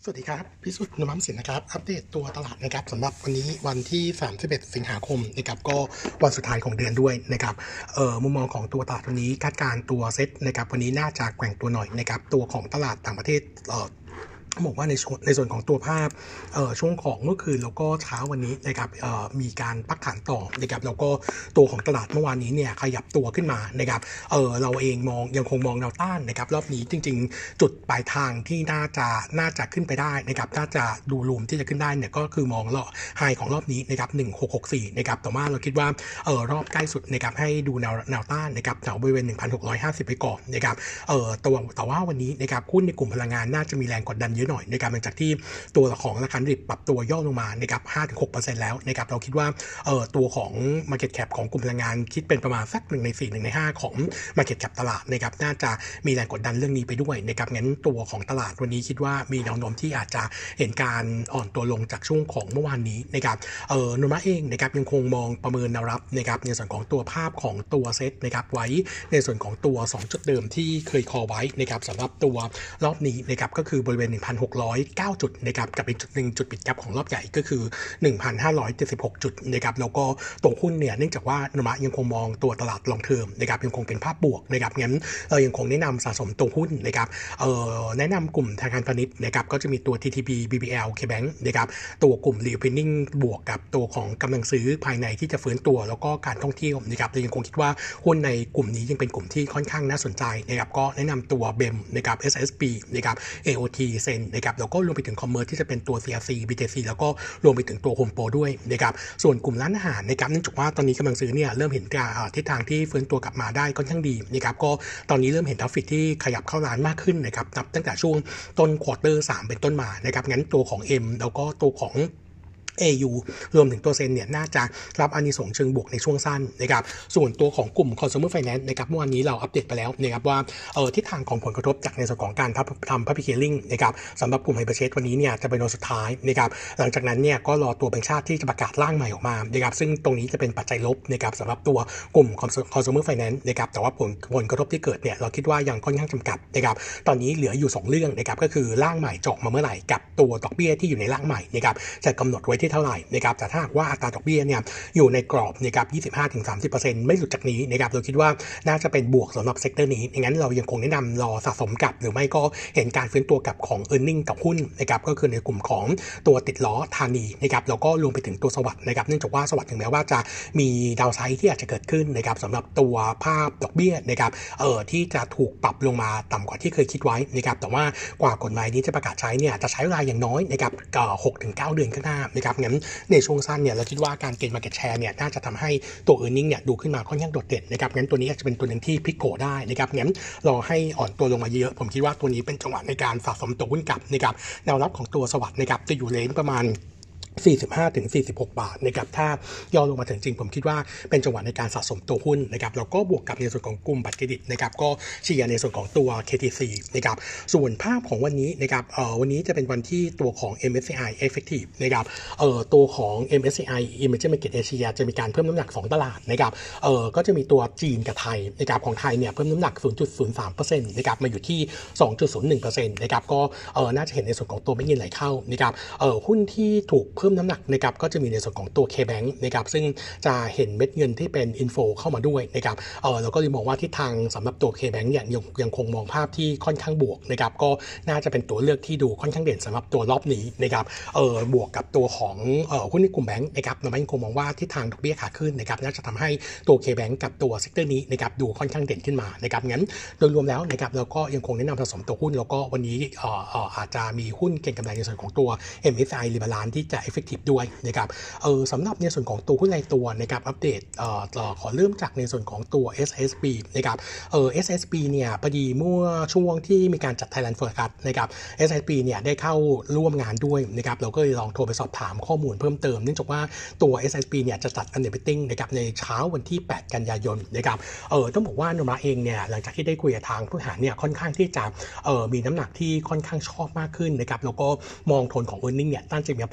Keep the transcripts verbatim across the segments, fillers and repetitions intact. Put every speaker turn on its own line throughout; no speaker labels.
สวัสดีครับพิสุทธิ์นมัมสินนะครับอัปเดตตัวตลาดนะครับสำหรับวันนี้วันที่สามสิบเอ็ดสิงหาคมนะครับก็วันสุดท้ายของเดือนด้วยนะครับเอ่อมุมมองของตัวตลาดวันนี้คาดการณ์ตัวเซ็ตนะครับวันนี้น่าจะแกว่งตัวหน่อยนะครับตัวของตลาดต่างประเทศเอ่อบอกว่าในในส่วนของตัวภาพเอ่อช่วงของเมื่อคืนแล้วก็เช้าวันนี้นะครับเอ่อมีการพักฐานต่อนะครับแล้วก็ตัวของตลาดเมื่อวานนี้เนี่ยขยับตัวขึ้นมานะครับเออเราเองมองยังคงมองแนวต้านนะครับรอบนี้จริงๆจุดปลายทางที่น่าจะน่าจะขึ้นไปได้นะครับน่าจะดูรูมที่จะขึ้นได้เนี่ยก็คือมองเราไฮของรอบนี้นะครับหนึ่งพันหกร้อยหกสิบสี่นะครับแต่ว่าเราคิดว่าเออรอบใกล้สุดนะครับให้ดูแนวแนวต้านนะครับแถวบริเวณ หนึ่งพันหกร้อยห้าสิบ ไปก่อนนะครับเออตัวแต่ว่าวันนี้นะครับหุ้นในกลุ่มพลังงานน่าจะมีแรงกดดันเยอะหน่อยนะครับหลังจากที่ตัวของราคาดิบปรับตัวย่อลงมานะครับ ห้าถึงหกเปอร์เซ็นต์ แล้วนะครับเราคิดว่าเอ่อตัวของ market cap ของกลุ่มพลังงานคิดเป็นประมาณสักหนึ่งในสี่ หนึ่งในห้าของ market cap ตลาดนะครับน่าจะมีแรงกดดันเรื่องนี้ไปด้วยนะครับงั้นตัวของตลาดวันนี้คิดว่ามีแนวโน้มที่อาจจะเห็นการอ่อนตัวลงจากช่วงของเมื่อวานนี้นะครับเอ่อนุมะเองนะครับยังคงมองประเมินแนวรับนะครับในส่วนของตัวภาพของตัวเซตนะครับไว้ในส่วนของตัวสองจุดเดิมที่เคยคอไว้นะครับสำหรับตัวรอบนี้นะครับก็คือบริเวณ หนึ่งพันหกร้อยเก้า จุดนะครับกับอีกจุดหนึ่งจุดปิดกับของรอบใหญ่ก็คือ หนึ่งพันห้าร้อยเจ็ดสิบหก จุดนะครับแล้วก็ตัวหุ้นเนี่ยเนื่องจากว่านุมะยังคงมองตัวตลาดลองเทอมนะครับยังคงเป็นภาพบวกนะครับงั้นเรายังคงแนะนำสะสมตัวหุ้นนะครับเอ่อแนะนำกลุ่มธนาคารพาณิชย์นะครับก็จะมีตัว ที ที บี บี บี แอล K-Bank นะครับตัวกลุ่ม Reopening บวกกับตัวของกำลังซื้อภายในที่จะฟื้นตัวแล้วก็การท่องเที่ยวนะครับเรายังคงคิดว่าหุ้นในกลุ่มนี้ยังเป็นกลุ่มที่ค่อนข้างน่าสนใจนะครับก็แนะนำตัว บี อี เอ็ม นะครับ เอส เอส บี นะครับ เอ โอ ที เซน นะครับแล้วก็รวมไปถึงคอมเมอร์ที่จะเป็นตัว ซี อาร์ ซี บี ที ซี แล้วก็รวมไปถึงตัว Home Pro ด้วยนะครับส่วนกลุ่มร้านอาหารนะครับเนื่องจากว่าตอนนี้กำลังซื้อเนี่ยเริ่มเห็นทิศทางที่ฟื้นตัวกลับมาได้ค่อนข้างดีนะครับก็ตอนนี้เริ่มเห็นทราฟฟิกที่ขยับเข้าร้านมากขึ้นนะครับนับตั้งแต่ช่วงต้นควอเตอร์สามเป็นต้นมานะครับงั้นตัวของ M แล้วก็ตัวของเอ ยู รวมถึงตัวเซนเนี่ยน่าจะรับอานิสงส์เชิงบวกในช่วงสั้นนะครับส่วนตัวของกลุ่ม Consumer Finance นะครับเมื่อวานนี้เราอัปเดตไปแล้วนะครับว่าเอ่อทิศทางของผลกระทบจากในส่วนของการทำ Public Hearing นะครับสำหรับกลุ่ม Hyperchase วันนี้เนี่ยจะเป็นวันสุดท้ายนะครับหลังจากนั้นเนี่ยก็รอตัวแบงก์ชาติที่จะประกาศร่างใหม่ออกมานะครับซึ่งตรงนี้จะเป็นปัจจัยลบนะครับสำหรับตัวกลุ่ม Consumer Finance นะครับแต่ว่าผลผลกระทบที่เกิดเนี่ยเราคิดว่ายังค่อนข้างจำกัดนะครับตอนนี้เหลืออยู่สองเรื่องนะครับก็คือร่างใหม่จะออกมาเมื่อไหร่กับตัวดอกเบี้ยที่อยู่ในร่างใหม่นะครับจะกำหนดไว้ที่เท่าไหร่นะครับแต่ถ้าหากว่าอัตราดอกเบี้ยเนี่ยอยู่ในกรอบนะครับ ยี่สิบห้าถึงสามสิบเปอร์เซ็นต์ ไม่หลุดจากนี้นะครับเราคิดว่าน่าจะเป็นบวกสำหรับเซกเตอร์นี้งั้นเรายังคงแนะนำรอสะสมกับหรือไม่ก็เห็นการฟื้นตัวกับของ earning กับหุ้นนะครับก็คือในกลุ่มของตัวติดล้อธานีนะครับแล้วก็รวมไปถึงตัวสวัสด์นะครับเนื่องจากว่าสวัสด์ถึงแม้ว่าจะมีดาวไซด์ที่อาจจะเกิดขึ้นนะครับสำหรับตัวภาพดอกเบี้ยนะครับเอ่อที่จะถูกปรับลงมาต่ำกว่าที่เคยคิดไว้นะครับแต่ว่ากว่ากฎหมายนี้จะประกาศใช้เนี่ยจะใช้เวลาอย่างน้อยนะครับก็หกถึงเก้าเดือนข้างหน้านะครับงั้นในช่วงสั้นเนี่ยเราคิดว่าการเก็ง market share เนี่ยน่าจะทำให้ตัว earning เนี่ยดูขึ้นมาค่อนข้างโดดเด่นนะครับงั้นตัวนี้อาจจะเป็นตัวหนึ่งที่พลิกโผได้นะครับงั้นรอให้อ่อนตัวลงมาเยอะผมคิดว่าตัวนี้เป็นจังหวะในการสะสมตัวหุ้นกลับนะครับแนวรับของตัวสวัสด์นะครับจะอยู่เลนประมาณสี่สิบห้าถึงสี่สิบหก บาทนะครับถ้าย่อลงมาถึงจริงผมคิดว่าเป็นจังหวะในการสะสมตัวหุ้นนะครับแล้วก็บวกกับในส่วนของกลุ่มบัตรเครดิตนะครับก็เชียร์ในส่วนของตัว เค ที ซี นะครับส่วนภาพของวันนี้นะครับเอ่อวันนี้จะเป็นวันที่ตัวของ เอ็ม เอส ซี ไอ Effective นะครับเอ่อตัวของ เอ็ม เอส ซี ไอ Emerging Market Asia จะมีการเพิ่มน้ำหนักสองตลาดนะครับเอ่อก็จะมีตัวจีนกับไทยนะครับของไทยเนี่ยเพิ่มน้ำหนัก ศูนย์จุดศูนย์สามเปอร์เซ็นต์ นะครับมาอยู่ที่ สองจุดศูนย์หนึ่งเปอร์เซ็นต์ นะครับก็เอ่อน่าจะเห็นในส่วนของตัวไม่เงินไหลเข้านะครับเอ่อหุ้นที่ถูกเพิ่มน้ำหนักนะครับก็จะมีในส่วนของตัว K-Bank นะครับซึ่งจะเห็นเม็ดเงินที่เป็น inflow เข้ามาด้วยนะครับเออเราก็เลยมองว่าทิศทางสำหรับตัว K-Bank เนี่ยยังยังคงมองภาพที่ค่อนข้างบวกนะครับก็น่าจะเป็นตัวเลือกที่ดูค่อนข้างเด่นสำหรับตัวรอบนี้นะครับเออบวกกับตัวของเออหุ้นในกลุ่มแบงก์นะครับเรายังคงมองว่าทิศทางดอกเบี้ยขาขึ้นนะครับน่าจะทำให้ตัว K-Bank กับตัวเซกเตอร์นี้นะครับดูค่อนข้างเด่นขึ้นมานะครับงั้นโดยรวมแล้วนะครับเราก็ยังคงแนะนำสะสมตัวหุ้นแล้วก็วันนี้เออเอออาจจะมีหุ้นเก็งกำไรในส่วนของตัว เอ็ม เอส ไอ Rebalance ที่จะ effective ด้วยนะครับเออสำหรับในส่วนของตัวหุ้นรายตัวนะครับอัปเดตเอ่อขอเริ่มจากในส่วนของตัว เอส เอส บี นะครับเออ เอส เอส บี เนี่ยพอดีเมื่อช่วงที่มีการจัด Thailand Forecast นะครับ เอส เอส บี เนี่ยได้เข้าร่วมงานด้วยนะครับเราก็เลยลองโทรไปสอบถามข้อมูลเพิ่มเติมเนื่องจากว่าตัว เอส เอส บี เนี่ยจะจัด Annual Meeting นะครับในเช้าวันที่แปดกันยายนนะครับเออต้องบอกว่าโนมาเองเนี่ยหลังจากที่ได้คุยกับทางผู้บริหารเนี่ยค่อนข้างที่จะเออมีน้ำหนักที่ค่อนข้างชอบมากขึ้นนะครับแล้วก็มองโทนของ earning เนี่ยน่าจะมีอัพไซด์เนื่องจากว่า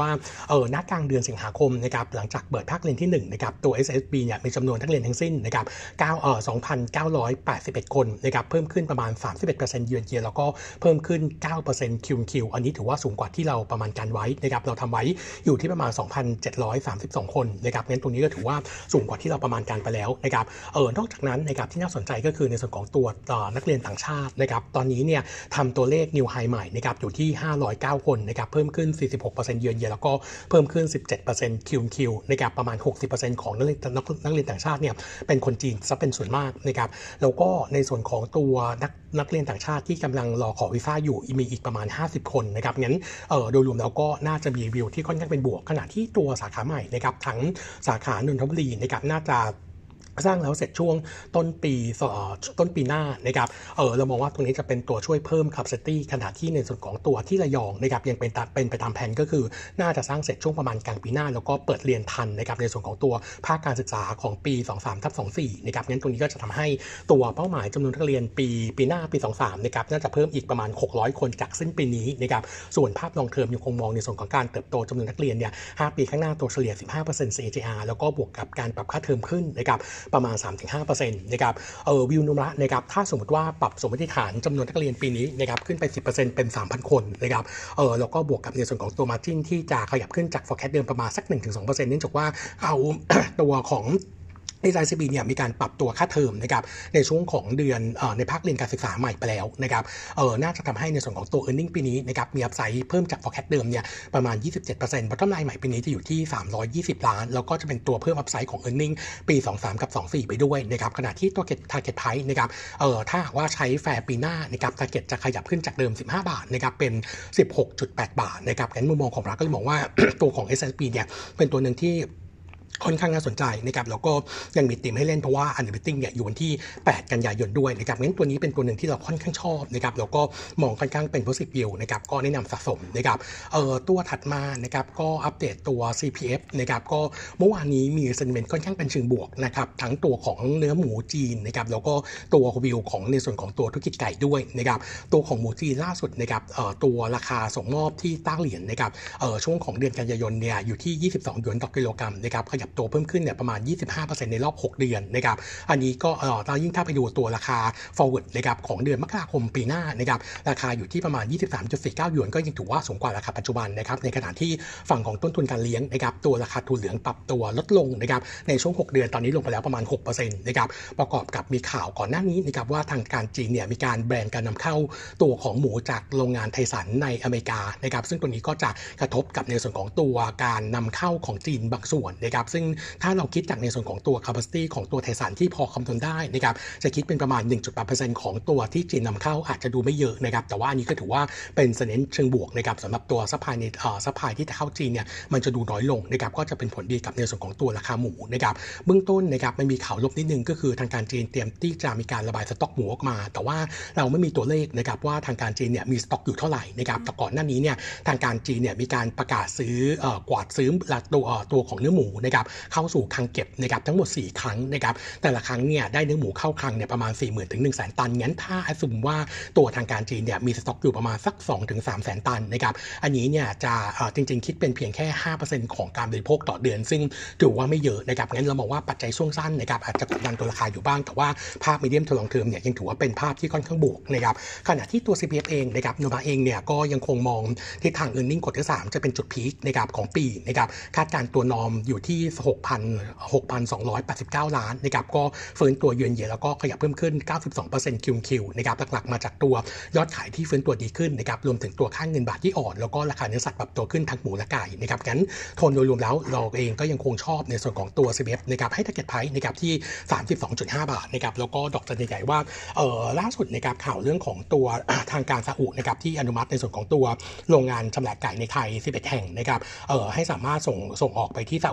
ว่าเออณกลางเดือนสิงหาคมนะครับหลังจากเปิดภาคเรียนที่หนึ่งนะครับตัว เอส เอส บี เนี่ยมีจำนวนนักเรียนทั้งสิ้นนะครับเก้าเอ่อ สองพันเก้าร้อยแปดสิบเอ็ด คนนะครับเพิ่มขึ้นประมาณ สามสิบเอ็ดเปอร์เซ็นต์ เยือนเยียแล้วก็เพิ่มขึ้น เก้าเปอร์เซ็นต์ คิว คิว อันนี้ถือว่าสูงกว่าที่เราประมาณการไว้นะครับเราทำไว้อยู่ที่ประมาณ สองพันเจ็ดร้อยสามสิบสอง คนนะครับงั้นตรงนี้ก็ถือว่าสูงกว่าที่เราประมาณการไปแล้วนะครับเออนอกจากนั้นนะครับที่น่าสนใจก็คือในส่วนของตัวนักเรียนต่างชาตินะครับตอนนี้เนี่ยทำตัวเลข New High ใหม่นะครับอยู่ที่ห้าร้อยเก้าคนนะครับเพิ่มขึ้น สี่สิบหกเปอร์เซ็นต์ เยือนเยียแล้วก็เพิ่มขึ้น สิบเจ็ดเปอร์เซ็นต์ คิว คิว นะครับประมาณ หกสิบเปอร์เซ็นต์ ของนักเรียนนักเรียนต่างชาติเนี่ยเป็นคนจีนซะเป็นส่วนมากนะครับแล้วก็ในส่วนของตัวนักนักเรียนต่างชาติที่กำลังรอขอวีซ่าอยู่มีอีกประมาณห้าสิบคนนะครับงั้นเออโดยรวมแล้วก็น่าจะมีวิวที่ค่อนข้างเป็นบวกขณะที่ตัวสาขาใหม่นะครับทั้งสาขานนทบุรีนะครับน่าจะสร้างแล้วเสร็จช่วงต้นปีต้นปีหน้านะครับเออเรามองว่าตรงนี้จะเป็นตัวช่วยเพิ่ม capacity ขณะที่ในส่วนของตัวที่ระยองนะครับยังเป็นเป็นไปตามแผนก็คือน่าจะสร้างเสร็จช่วงประมาณกลางปีหน้าแล้วก็เปิดเรียนทันนะครับในส่วนของตัวภาคการศึกษาของปี สองสามทับสองสี่ นะครับงั้นตรงนี้ก็จะทำให้ตัวเป้าหมายจำนวนนักเรียนปีปีหน้าปีสองสามนะครับน่าจะเพิ่มอีกประมาณหกร้อยคนจากสิ้นปีนี้นะครับส่วนภาพลองเทอมยังคงมองในส่วนของการเติบโตจำนวนนักเรียนเนี่ยห้าปีข้างหน้าตัวเฉลี่ย สิบห้าเปอร์เซ็นต์ ซี เอ จี อาร์ แล้วก็บวกกับการปรับค่าเทอมขึ้นนะครับประมาณ สามถึงห้าเปอร์เซ็นต์ นะครับเออวิวนุมระนะครับถ้าสมมติว่าปรับสมมติฐานจำนวนนักเรียนปีนี้นะครับขึ้นไป สิบเปอร์เซ็นต์ เป็น สามพัน คนนะครับเออแล้วก็บวกกับในส่วนของตัว margin ที่จะขยับขึ้นจาก forecast เดิมประมาณสัก หนึ่งถึงสองเปอร์เซ็นต์ เนื่องจากว่าเอา ตัวของ เอส ไอ ซี บี เนี่ยมีการปรับตัวค่าเทอมนะครับในช่วงของเดือนเอ่อในภาคเรียนการศึกษาใหม่ไปแล้วนะครับเออน่าจะทำให้ในส่วนของตัว earning ปีนี้นะครับมีอัพไซด์เพิ่มจาก forecast เดิมเนี่ยประมาณ ยี่สิบเจ็ดเปอร์เซ็นต์ bottom line ใหม่ปีนี้จะอยู่ที่สามร้อยยี่สิบล้านแล้วก็จะเป็นตัวเพิ่มอัพไซด์ของ earning ปีสองสามกับสองสี่ไปด้วยนะครับขณะที่ตัว target price นะครับเออถ้าว่าใช้แฟร์ปีหน้านะครับ target จะขยับขึ้นจากเดิมสิบห้าบาทนะครับเป็น สิบหกจุดแปด บาทนะครับงั้นมุมมองของเราก็เลยมองว่า ตัวของ เอส แอล พี เนี่ยเป็นตัวหนึ่งที่ค่อนข้างน่าสนใจนะครับแล้วก็ยังมีธีมให้เล่นเพราะว่า Underwriting เนี่ยอยู่วันที่แปดกันยายนด้วยนะครับงั้นตัวนี้เป็นตัวหนึ่งที่เราค่อนข้างชอบนะครับแล้วก็มองค่อนข้างเป็น positive view นะครับก็แนะนำสะสมนะครับเอ่อตัวถัดมานะครับก็อัปเดตตัว ซี พี เอฟ นะครับก็เมื่อวานนี้มี sentiment ค่อนข้างเป็นเชิงบวกนะครับทั้งตัวของเนื้อหมูจีนนะครับแล้วก็ตัววิวของในส่วนของตัวธุรกิจไก่ด้วยนะครับตัวของหมูจีนล่าสุดนะครับเอ่อตัวราคาส่งมอบที่ต้าเหรียญนะครับเอ่อช่วงของเดือนกันยายนเนี่ยอยู่ที่ยี่สิบสองหยวนต่อกิโลกรัมนะครับขยับตัวเพิ่มขึ้นเนี่ยประมาณ ยี่สิบห้าเปอร์เซ็นต์ ในรอบหกเดือนนะครับอันนี้ก็เอ่อตอนยิ่งถ้าไปดูตัวราคา forward นะครับของเดือนมกราคมปีหน้านะครับราคาอยู่ที่ประมาณ ยี่สิบสามจุดสี่เก้า หยวนก็ยังถือว่าสูงกว่าราคาปัจจุบันนะครับในขณะที่ฝั่งของต้นทุนการเลี้ยงนะครับตัวราคาถั่วเหลืองปรับตัวลดลงนะครับในช่วงหกเดือนตอนนี้ลงไปแล้วประมาณ หกเปอร์เซ็นต์ นะครับประกอบกับมีข่าวก่อนหน้านี้นะครับว่าทางการจีนเนี่ยมีการแบนการนำเข้าตัวของหมูจากโรงงานไทสันในอเมริกานะครับซึ่งตัวนี้ก็จะกระทบกับในส่วนของตัวการนำเข้าของจีนบางส่วนนะครับซึ่งถ้าเราคิดจากในส่วนของตัว capacity ของตัวไทสันที่พอคำนวณได้นะครับจะคิดเป็นประมาณ หนึ่งจุดแปดเปอร์เซ็นต์ ของตัวที่จีนนำเข้าอาจจะดูไม่เยอะนะครับแต่ว่าอันนี้ก็ถือว่าเป็นสัญญาณเชิงบวกนะครับสำหรับตัวซัพพลายในเอ่อซัพพลายที่จะเข้าจีนเนี่ยมันจะดูน้อยลงนะครับก็จะเป็นผลดีกับในส่วนของตัวราคาหมูนะครับเบื้องต้นนะครับมันมีข่าวลบนิดนึงก็คือทางการจีนเตรียมที่จะมีการระบายสต็อกหมูออกมาแต่ว่าเราไม่มีตัวเลขนะครับว่าทางการจีนเนี่ยมีสต็อกอยู่เท่าไหร่นะครับแต่ก่อนหน้านี้เนี่ยทางการจีนเนี่ยมีการประกาศซื้อเอ่อกวาดซื้อตัวตัวของเนื้อหมูนะครับเข้าสู่คลังเก็บนะครับทั้งหมดสี่ครั้งนะครับแต่ละครั้งเนี่ยได้เนื้อหมูเข้าคลังเนี่ยประมาณ สี่หมื่น ถึง หนึ่งแสน ตันงั้นถ้าอสมมติว่าตัวทางการจีนเนี่ยมีสต็อกอยู่ประมาณสัก สองถึงสามแสน ตันนะครับอันนี้เนี่ยจะเอ่อจริงๆคิดเป็นเพียงแค่ ห้าเปอร์เซ็นต์ ของการบริโภคต่อเดือนซึ่งถือว่าไม่เยอะนะครับงั้นเรามองว่าปัจจัยช่วงสั้นนะครับอาจจะกดดันตัวราคาอยู่บ้างแต่ว่าภาพมีเดียมทูลองเทอมเนี่ยยังถือว่าเป็นภาพที่ค่อนข้างบวกนะครับขณะที่ตัว ซี พี เอฟ เองนะครับโนบะเองเนี่ยก็ยังคงมองทิศทาง earning กดที่สามจะเป็นจุดพีคนะครับของปีนะครับคาดการตัวนอมอยู่ที่ หกพัน หกพันสองร้อยแปดสิบเก้า ล้านนะครับก็ฟื้นตัวเยือนเยียแล้วก็ขยับเพิ่มขึ้น เก้าสิบสองเปอร์เซ็นต์ คิว คิว นะครับหลักๆมาจากตัวยอดขายที่ฟื้นตัวดีขึ้นนะครับรวมถึงตัวค่าเงินบาทที่อ่อนแล้วก็ราคาเนื้อสัตว์ปรับตัวขึ้นทั้งหมูและไก่นะครับงั้นโทนโดยรวมแล้วเราเองก็ยังคงชอบในส่วนของตัว ซี พี เอฟ นะครับให้ target price นะครับที่ สามสิบสองจุดห้า บาทนะครับแล้วก็ดอกจันใหญ่ๆว่าเอ่อล่าสุดนะครับข่าวเรื่องของตัวทางการซาอุนะครับที่อนุมัติในส่วนของตัวโรงงานชำแหละไก่ในไทยสิบเอ็ดแห่งนะครับเอ่อให้สามารถส่งส่งออกไปที่ซาอุได้ย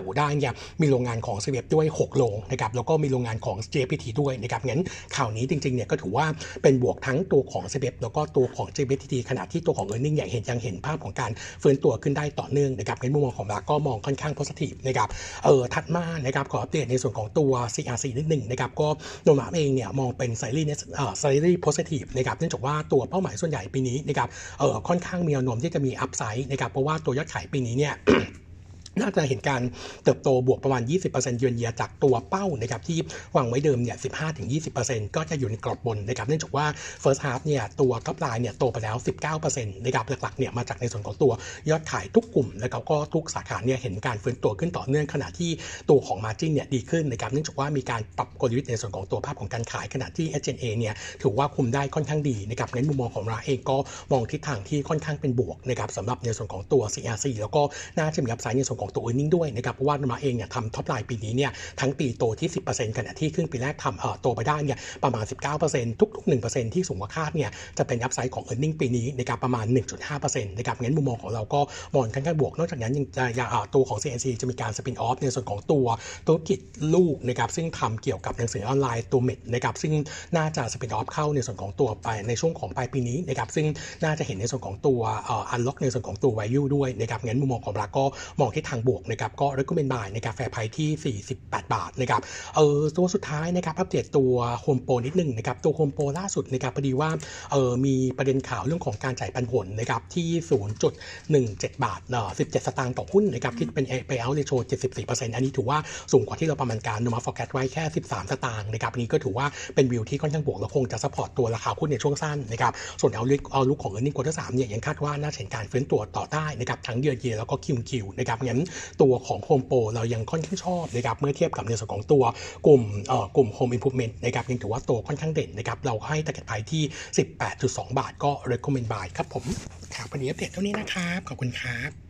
เนี่ยมีโรงงานของ ซี วี เอฟ ด้วยหกโรงนะครับแล้วก็มีโรงงานของ เจ พี ที ด้วยนะครับงั้นข่าวนี้จริงๆเนี่ยก็ถือว่าเป็นบวกทั้งตัวของ ซี วี เอฟ แล้วก็ตัวของ เจ พี ที ขณะที่ตัวของ earning เนี่ยเห็นยังเห็นภาพของการฟื้นตัวขึ้นได้ต่อเนื่องนะครับงั้นมุมมองของเราก็มองค่อนข้าง positive นะครับเออถัดมานะครับขออัปเดตในส่วนของตัว ซี อาร์ ซี นิดหนึ่งนะครับก็โนมาเองเนี่ยมองเป็น slightly เอ่อ slightly positive นะครับเนื่องจากว่าตัวเป้าหมายส่วนใหญ่ปีนี้นะครับเออค่อนข้างมีแนวโน้มที่จะมี upside นะครับเพราะว่าตัวยอดขายปีนี้เนี่ย น่าจะเห็นการเติบโตบวกประมาณ ยี่สิบเปอร์เซ็นต์ เยือนเยียจากตัวเป้านะครับที่วางไว้เดิมเนี่ย สิบห้าถึงยี่สิบเปอร์เซ็นต์ ก็จะอยู่ในกรอบบนนะครับเนื่องจากว่า first half เนี่ยตัว top line เนี่ยโตไปแล้ว สิบเก้าเปอร์เซ็นต์ นะครับหลักๆเนี่ยมาจากในส่วนของตัวยอดขายทุกกลุ่มแล้วก็ทุกสาขาเนี่ยเห็นการฟื้นตัวขึ้นต่อเนื่องขณะที่ตัวของ margin เนี่ยดีขึ้นนะครับเนื่องจากว่ามีการปรับกลยุทธ์ในส่วนของตัวภาพของการขายขณะที่ เอส จี เอ็น เอ เนี่ยถือว่าคุมได้ค่อนข้างดีนะครับงั้นมุมมองของเราเองก็มองทิศทางที่ค่อนข้างเป็นบวกนะครับสำหรับในส่วนของตัว ซี อาร์ ซี แล้วก็น่าจะมีอัพไซด์ในส่วนของตัว earning ด้วยนะครับเพราะว่ามาเองเนี่ยทำท็อปไลน์ปีนี้เนี่ยทั้งปีโตที่ สิบเปอร์เซ็นต์ ขณะที่ครึ่งปีแรกทำเอ่อโตไปได้เนี่ยประมาณ สิบเก้าเปอร์เซ็นต์ ทุกๆ หนึ่งเปอร์เซ็นต์ ที่สูงกว่าคาดเนี่ยจะเป็นอัพไซด์ของ earning ปีนี้นะครับประมาณ หนึ่งจุดห้าเปอร์เซ็นต์ นะครับงั้นมุมมองของเราก็มองค่อนข้างบวกนอกจากนั้นยังจะยังตัวของ ซี เอ็น ซี จะมีการสปินออฟในส่วนของตัวธุรกิจลูกนะครับซึ่งทำเกี่ยวกับหนังสือออนไลน์ตัวเม็ดนะครับซึ่งน่าจะสปินออฟเข้าในส่วนของตัวไปในช่วงของปลายปีนี้นะครับซึ่งน่าจะเห็นในส่วนของตัวเอ่อ unlock ในส่วนของตัว value ด้วยนะครับงั้นมุมมองของเราก็มองที่ทางบวกนะครับก็ recommend buy ในกาแฟไพที่ สี่สิบแปด บาทนะครับเออตัวสุดท้ายนะครับอัปเดตตัวโฮมโปรนิดนึงนะครับตัวโฮมโปรล่าสุดนะครับพอดีว่าเออมีประเด็นข่าวเรื่องของการจ่ายปันผลนะครับที่ ศูนย์จุดหนึ่งเจ็ด บาทเอ่อสิบเจ็ดสตางค์ต่อหุ้นนะครับคิดเป็น payout ratio เจ็ดสิบสี่เปอร์เซ็นต์ อันนี้ถือว่าสูงกว่าที่เราประมาณการนมา forecast ไว้แค่สิบสามสตางค์นะครับอันนี้ก็ถือว่าเป็นวิวที่ค่อนข้างบวกและคงจะ support ตัวราคาหุ้นในช่วงสั้นนะครับส่วนเอาลุกเอาลุกของ earning quarter สามเนี่ยยังคาดว่าน่าจะเห็นการฟื้นตัวต่อได้นะครับทั้งเดือนเยียแล้วก็คิวคิวนะครับงั้นตัวของโฮมโปรเรายังค่อนข้างชอบนะครับเมื่อเทียบกับในส่วนของตัวกลุ่มเอ่อกลุ่ม Home Improvement นะครับยังถือว่าโตค่อนข้างเด่นนะครับเราให้ target price ที่ สิบแปดจุดสอง บาทก็ recommend buy ครับผมครับวันนี้อัปเดตเท่านี้นะครับขอบคุณครับ